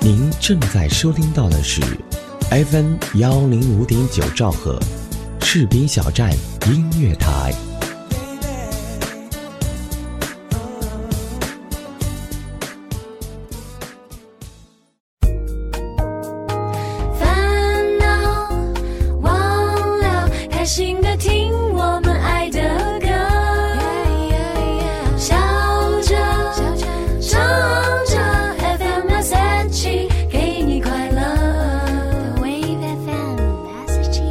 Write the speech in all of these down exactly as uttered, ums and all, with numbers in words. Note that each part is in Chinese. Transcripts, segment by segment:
您正在收听到的是 F M 幺零五点九兆赫，士兵小站音乐台。 烦恼忘了，开心的听我们爱的歌，笑着唱着 F M 八三七，给你快乐。Wave F M 八三七。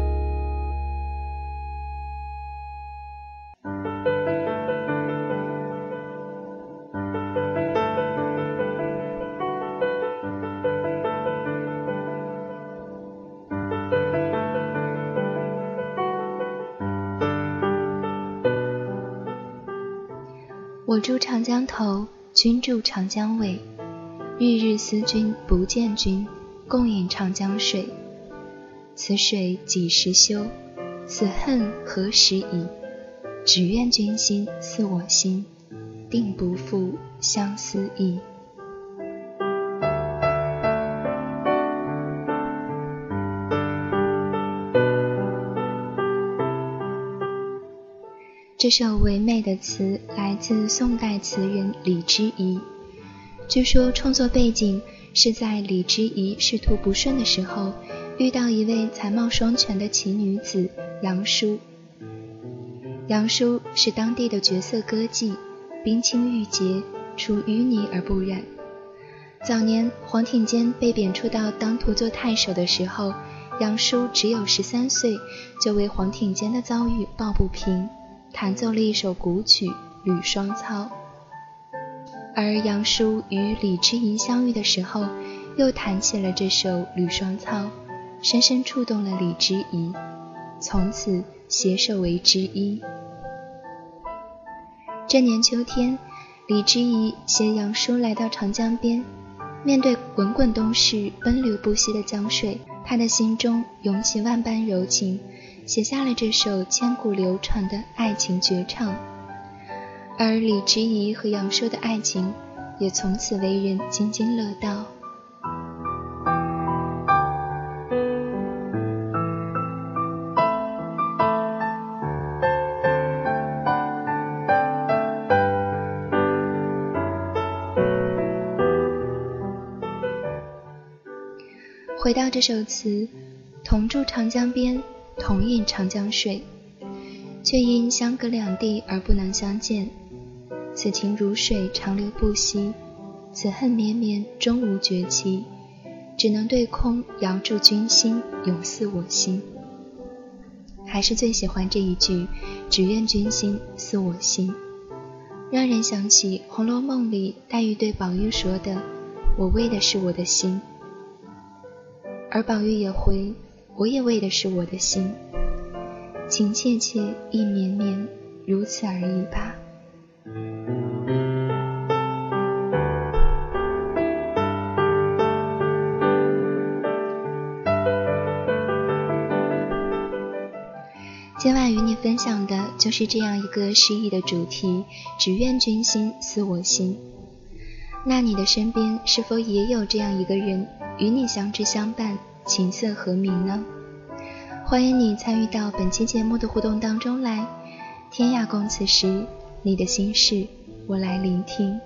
我住长江头，君住长江尾。日日思君不见君，共饮长江水。此水几时休？此恨何时已？只愿君心似我心，定不负相思意。这首唯美的词来自宋代词人李之仪，据说创作背景是在李之仪仕途不顺的时候，遇到一位才貌双全的奇女子杨叔。杨叔是当地的绝色歌妓，冰清玉洁，出淤泥而不染。早年黄庭坚被贬出到当涂作太守的时候，杨叔只有十三岁，就为黄庭坚的遭遇抱不平，弹奏了一首古曲《吕双操》。而杨叔与李之仪相遇的时候，又弹起了这首《吕双操》，深深触动了李之仪，从此携手为知音。这年秋天，李之仪携杨叔来到长江边，面对滚滚东逝、奔流不息的江水，他的心中涌起万般柔情，写下了这首千古流传的爱情绝唱。而李之仪和杨叔的爱情也从此为人津津乐道。回到这首词，同住长江边，同饮长江水，却因相隔两地而不能相见。此情如水长流不息，此恨绵绵终无绝期，只能对空遥祝君心，永似我心。还是最喜欢这一句，只愿君心似我心，让人想起《红楼梦》里黛玉对宝玉说的，我为的是我的心。而宝玉也回，我也为的是我的心，情切切意绵绵，如此而已吧。今晚与你分享的就是这样一个诗意的主题，只愿君心似我心。那你的身边是否也有这样一个人，与你相知相伴，琴瑟和鸣呢？欢迎你参与到本期节目的互动当中来。天涯共此时，你的心事我来聆听。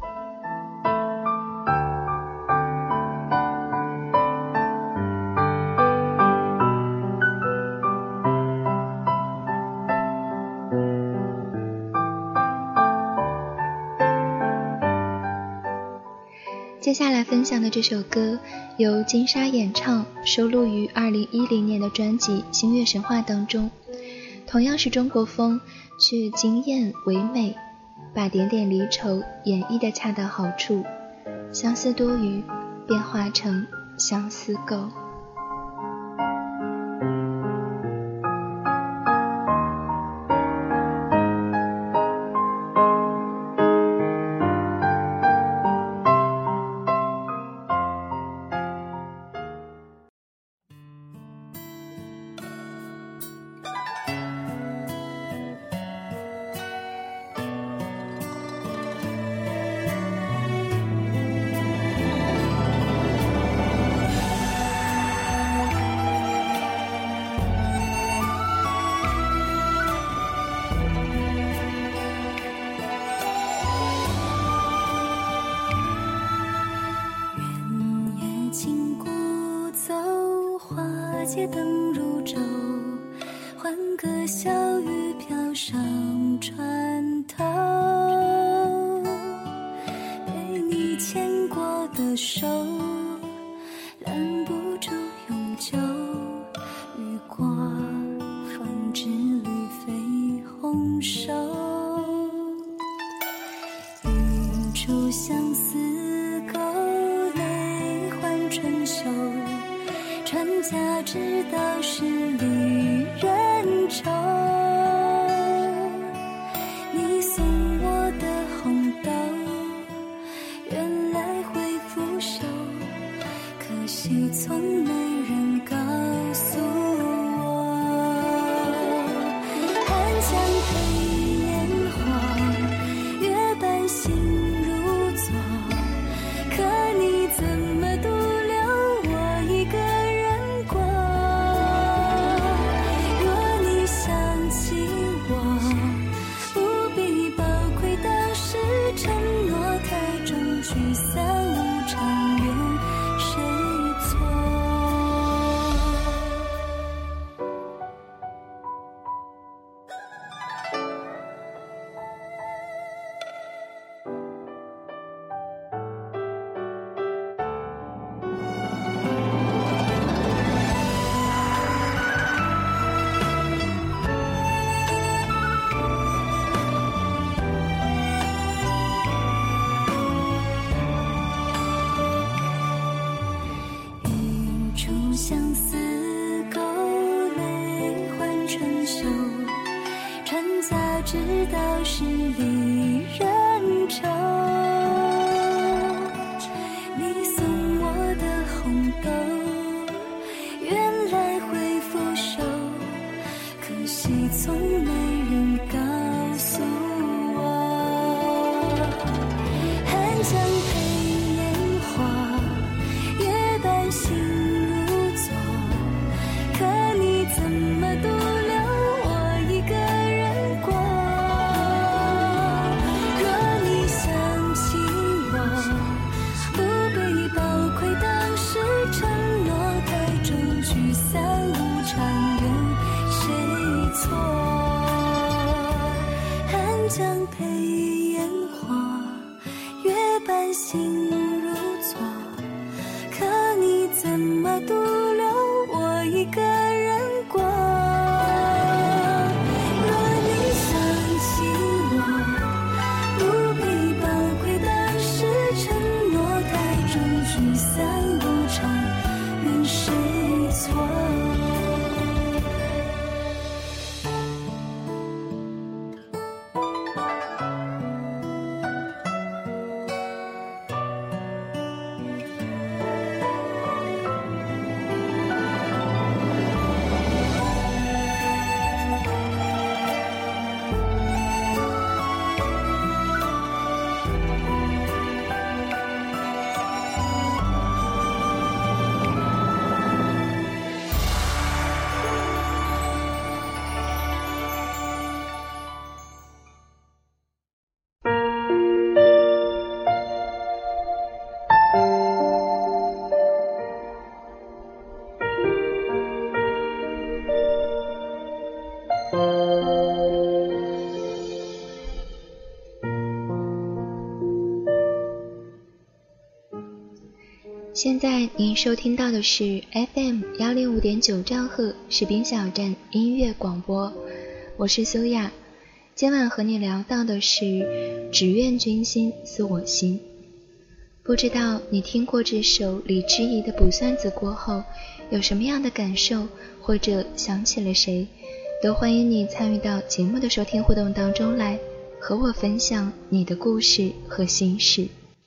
接下来分享的这首歌由金莎演唱，收录于二零一零年的专辑《星月神话》当中。同样是中国风，却惊艳唯美，把点点离愁演绎得恰到好处，相思多余，变化成相思够。 街灯如昼，换个小雨飘上船头，被你牵过的手拦不住永久，雨过风之旅绯红手，云出相思沟，泪换春秋，船家知道是离人愁，你送我的红豆原来会腐朽，可惜从没人告诉我，寒江配烟火，月半心如昨，可你怎么独留我一个人过，若你想起我，不必宝贵当时承诺，太重聚散无常，怨谁错。云出相思沟，泪换春秋，船家知道是离人愁，你送我的红豆原来会腐朽，可惜从没人告诉我，寒江配烟火，月半心如昨，可你怎么独留我一个人过，若你想起我，不必宝贵当时承诺，太重聚散无常，怨谁错，寒江配烟火，月半心如昨，可你怎么独留我一个人过，若你想起我，不必宝贵当时承诺，太重聚散无常，怨谁错。 现在您收听到的是 F M 幺零五点九兆赫士兵小站音乐广播，我是苏亚。今晚和你聊到的是只愿君心似我心。不知道你听过这首李之仪的《卜算子》过后有什么样的感受，或者想起了谁，都欢迎你参与到节目的收听互动当中来，和我分享你的故事和心事。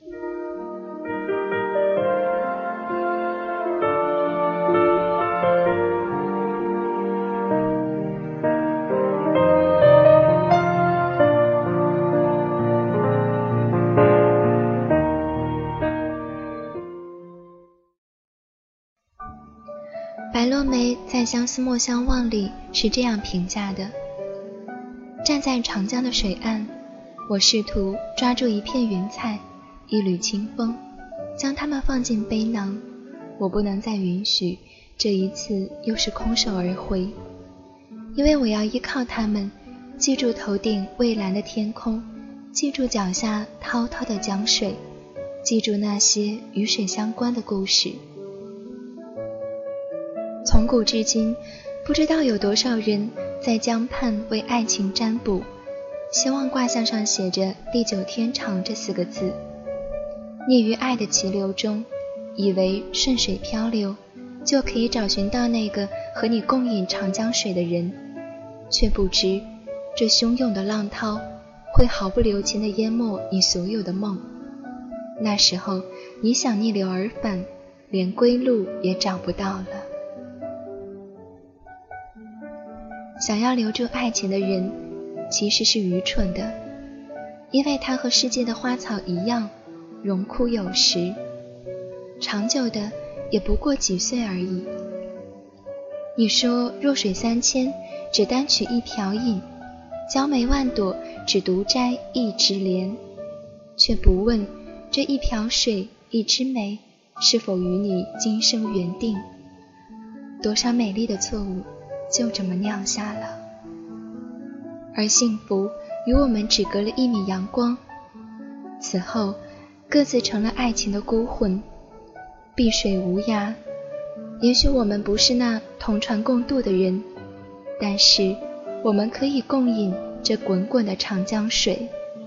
白落梅在《相思莫相忘》里是这样评价的：站在长江的水岸，我试图抓住一片云彩，一缕清风，将它们放进背囊。我不能再允许这一次又是空手而回，因为我要依靠他们，记住头顶蔚蓝的天空，记住脚下滔滔的江水，记住那些与水相关的故事。从古至今，不知道有多少人在江畔为爱情占卜，希望卦象上写着地久天长这四个字，溺于爱的急流中，以为顺水漂流就可以找寻到那个和你共饮长江水的人，却不知这汹涌的浪涛会毫不留情地淹没你所有的梦。那时候你想逆流而返，连归路也找不到了。想要留住爱情的人其实是愚蠢的，因为它和世界的花草一样，荣枯有时，长久的也不过几岁而已。你说弱水三千，只单取一瓢饮，娇梅万朵，只独摘一枝莲，却不问这一瓢水一枝梅是否与你今生缘定。多少美丽的错误就这么酿下了，而幸福与我们只隔了一米阳光，此后各自成了爱情的孤魂，碧水无涯。也许我们不是那同船共渡的人，但是我们可以共饮这滚滚的长江水。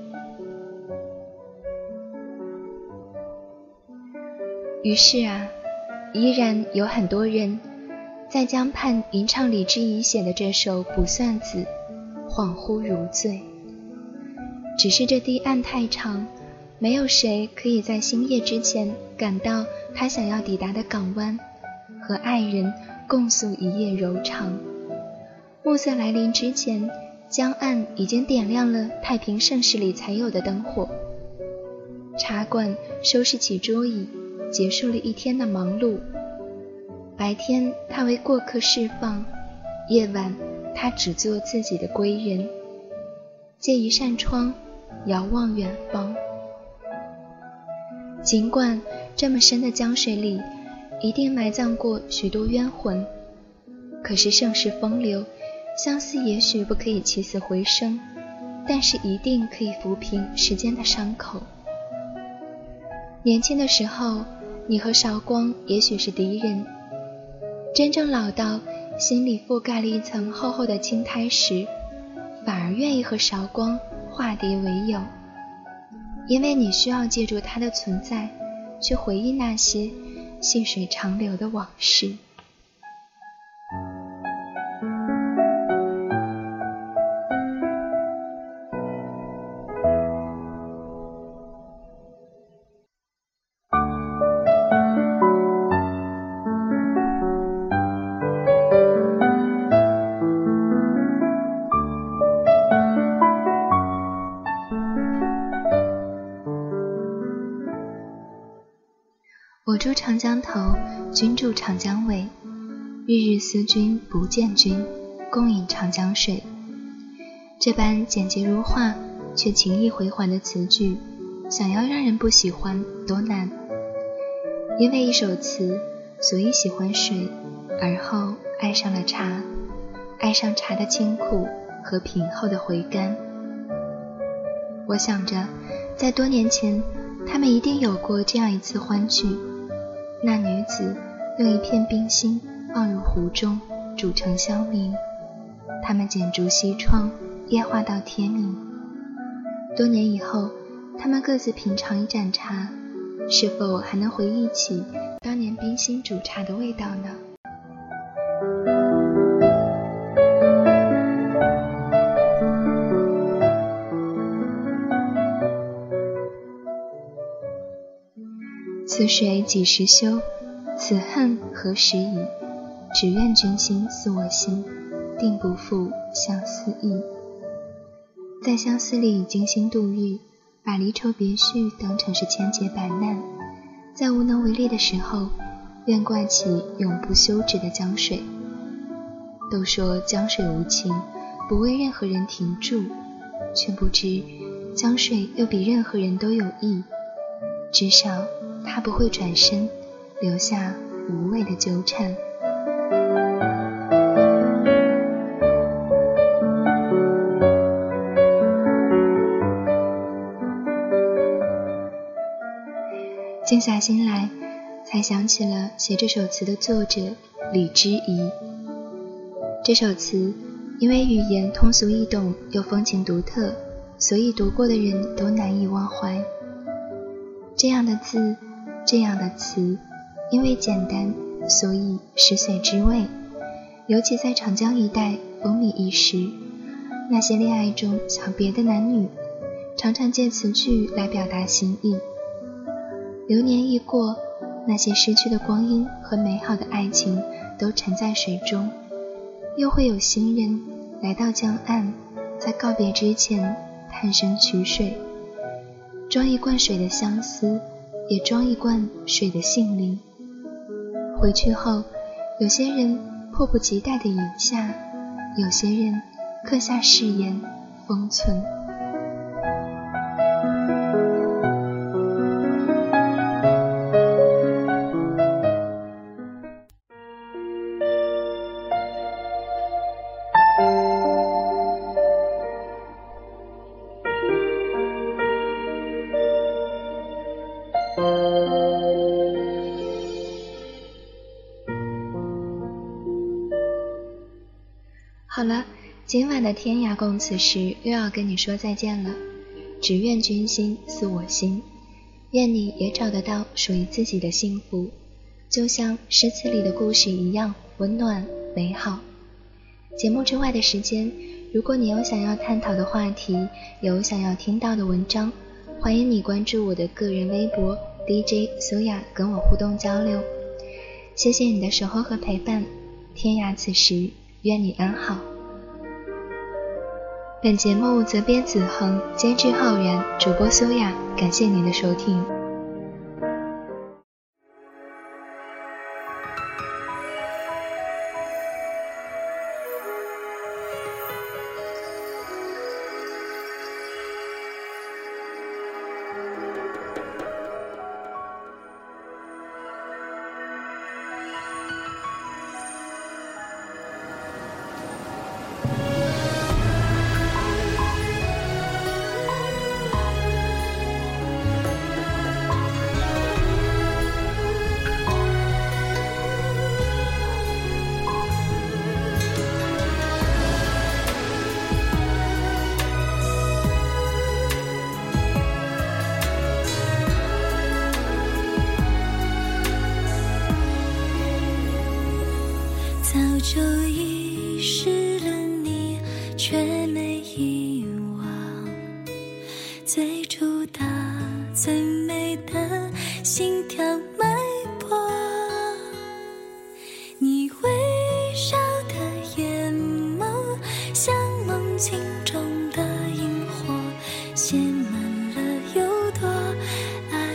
于是啊，依然有很多人在江畔吟唱李之仪写的这首《卜算子》，恍惚如醉。只是这堤岸太长，没有谁可以在星夜之前赶到他想要抵达的港湾，和爱人共诉一夜柔长。暮色来临之前，江岸已经点亮了太平盛世里才有的灯火。茶馆收拾起桌椅，结束了一天的忙碌。白天他为过客释放，夜晚他只做自己的归人，借一扇窗遥望远方。尽管这么深的江水里一定埋葬过许多冤魂，可是盛世风流，相思也许不可以起死回生，但是一定可以抚平时间的伤口。年轻的时候，你和韶光也许是敌人，真正老到心里覆盖了一层厚厚的青苔时，反而愿意和韶光化敌为友，因为你需要借助它的存在去回忆那些细水长流的往事。我住长江头，君住长江尾，日日思君不见君，共饮长江水。这般简洁如画却情意回环的词句，想要让人不喜欢多难。因为一首词，所以喜欢水，而后爱上了茶，爱上茶的清苦和品后的回甘。我想着在多年前，他们一定有过这样一次欢聚，那女子用一片冰心放入壶中，煮成香茗，他们剪烛西窗，夜话到天明。多年以后，他们各自品尝一盏茶，是否还能回忆起当年冰心煮茶的味道呢？此水几时休？此恨何时已？只愿君心似我心，定不负相思意。在相思里精心度日，把离愁别绪当成是千劫百难，在无能为力的时候，愿挂起永不休止的江水。都说江水无情，不为任何人停住，却不知江水又比任何人都有意，至少他不会转身留下无谓的纠缠。 静下心来，才想起了写这首词的作者李之仪。这首词因为语言通俗易懂又风情独特，所以读过的人都难以忘怀。这样的字，这样的词，因为简单，所以食髓知味。尤其在长江一带风靡一时，那些恋爱中想别的男女，常常借词句来表达心意。流年一过，那些失去的光阴和美好的爱情都沉在水中，又会有新人来到江岸，在告别之前探身取水，装一罐水的相思，也装一罐水的性灵。回去后，有些人迫不及待地饮下，有些人刻下誓言封存。好了，今晚的天涯共此时又要跟你说再见了。只愿君心似我心，愿你也找得到属于自己的幸福，就像诗词里的故事一样温暖美好。节目之外的时间，如果你有想要探讨的话题，有想要听到的文章，欢迎你关注我的个人微博 D J 苏雅，跟我互动交流。谢谢你的守候和陪伴，天涯此时愿你安好。本节目责编子恒，监制浩然，主播苏雅，感谢您的收听。 就遗失了你，却没遗忘最初的最美的心跳脉搏。你微笑的眼眸，像梦境中的萤火，写满了有多爱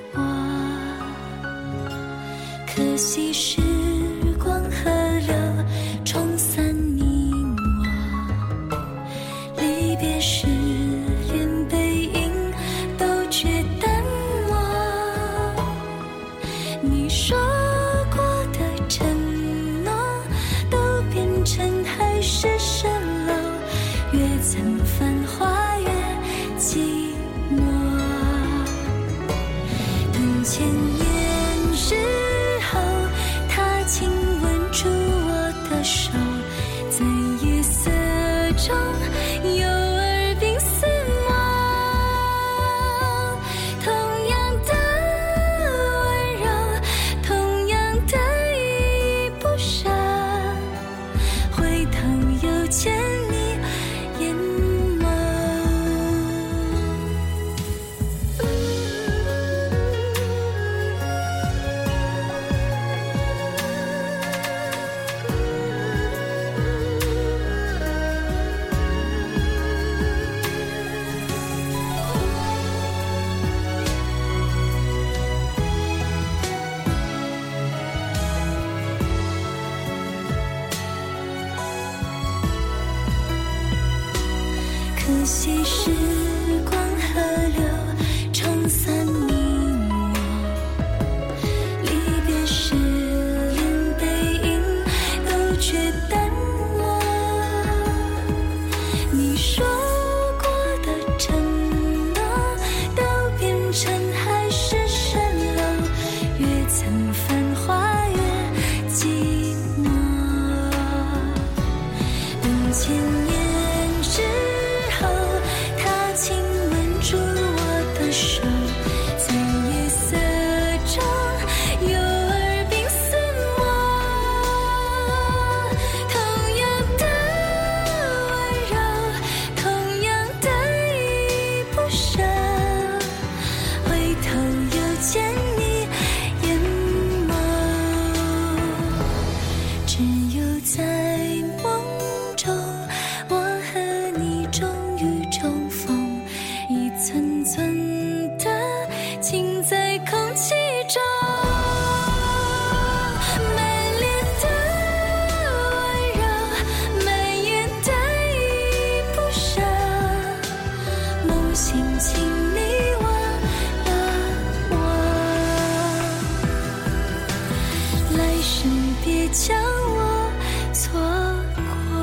我。可惜时光河流冲散你我，离别时连背影都觉淡漠。你说过的承诺都变成海市蜃楼，越曾繁华越寂寞。等千年之后，他亲吻住我的手，在夜色中有耳鬓厮磨。同样的温柔，同样的依依不舍，回头又见你眼眸。可惜时光河流冲散你我，离别时连背影都觉淡漠。你说过的承诺都变成海市蜃楼， 见你眼眸，只有在梦中，我和你终于重逢，一寸寸的情在空气中。别将我错过。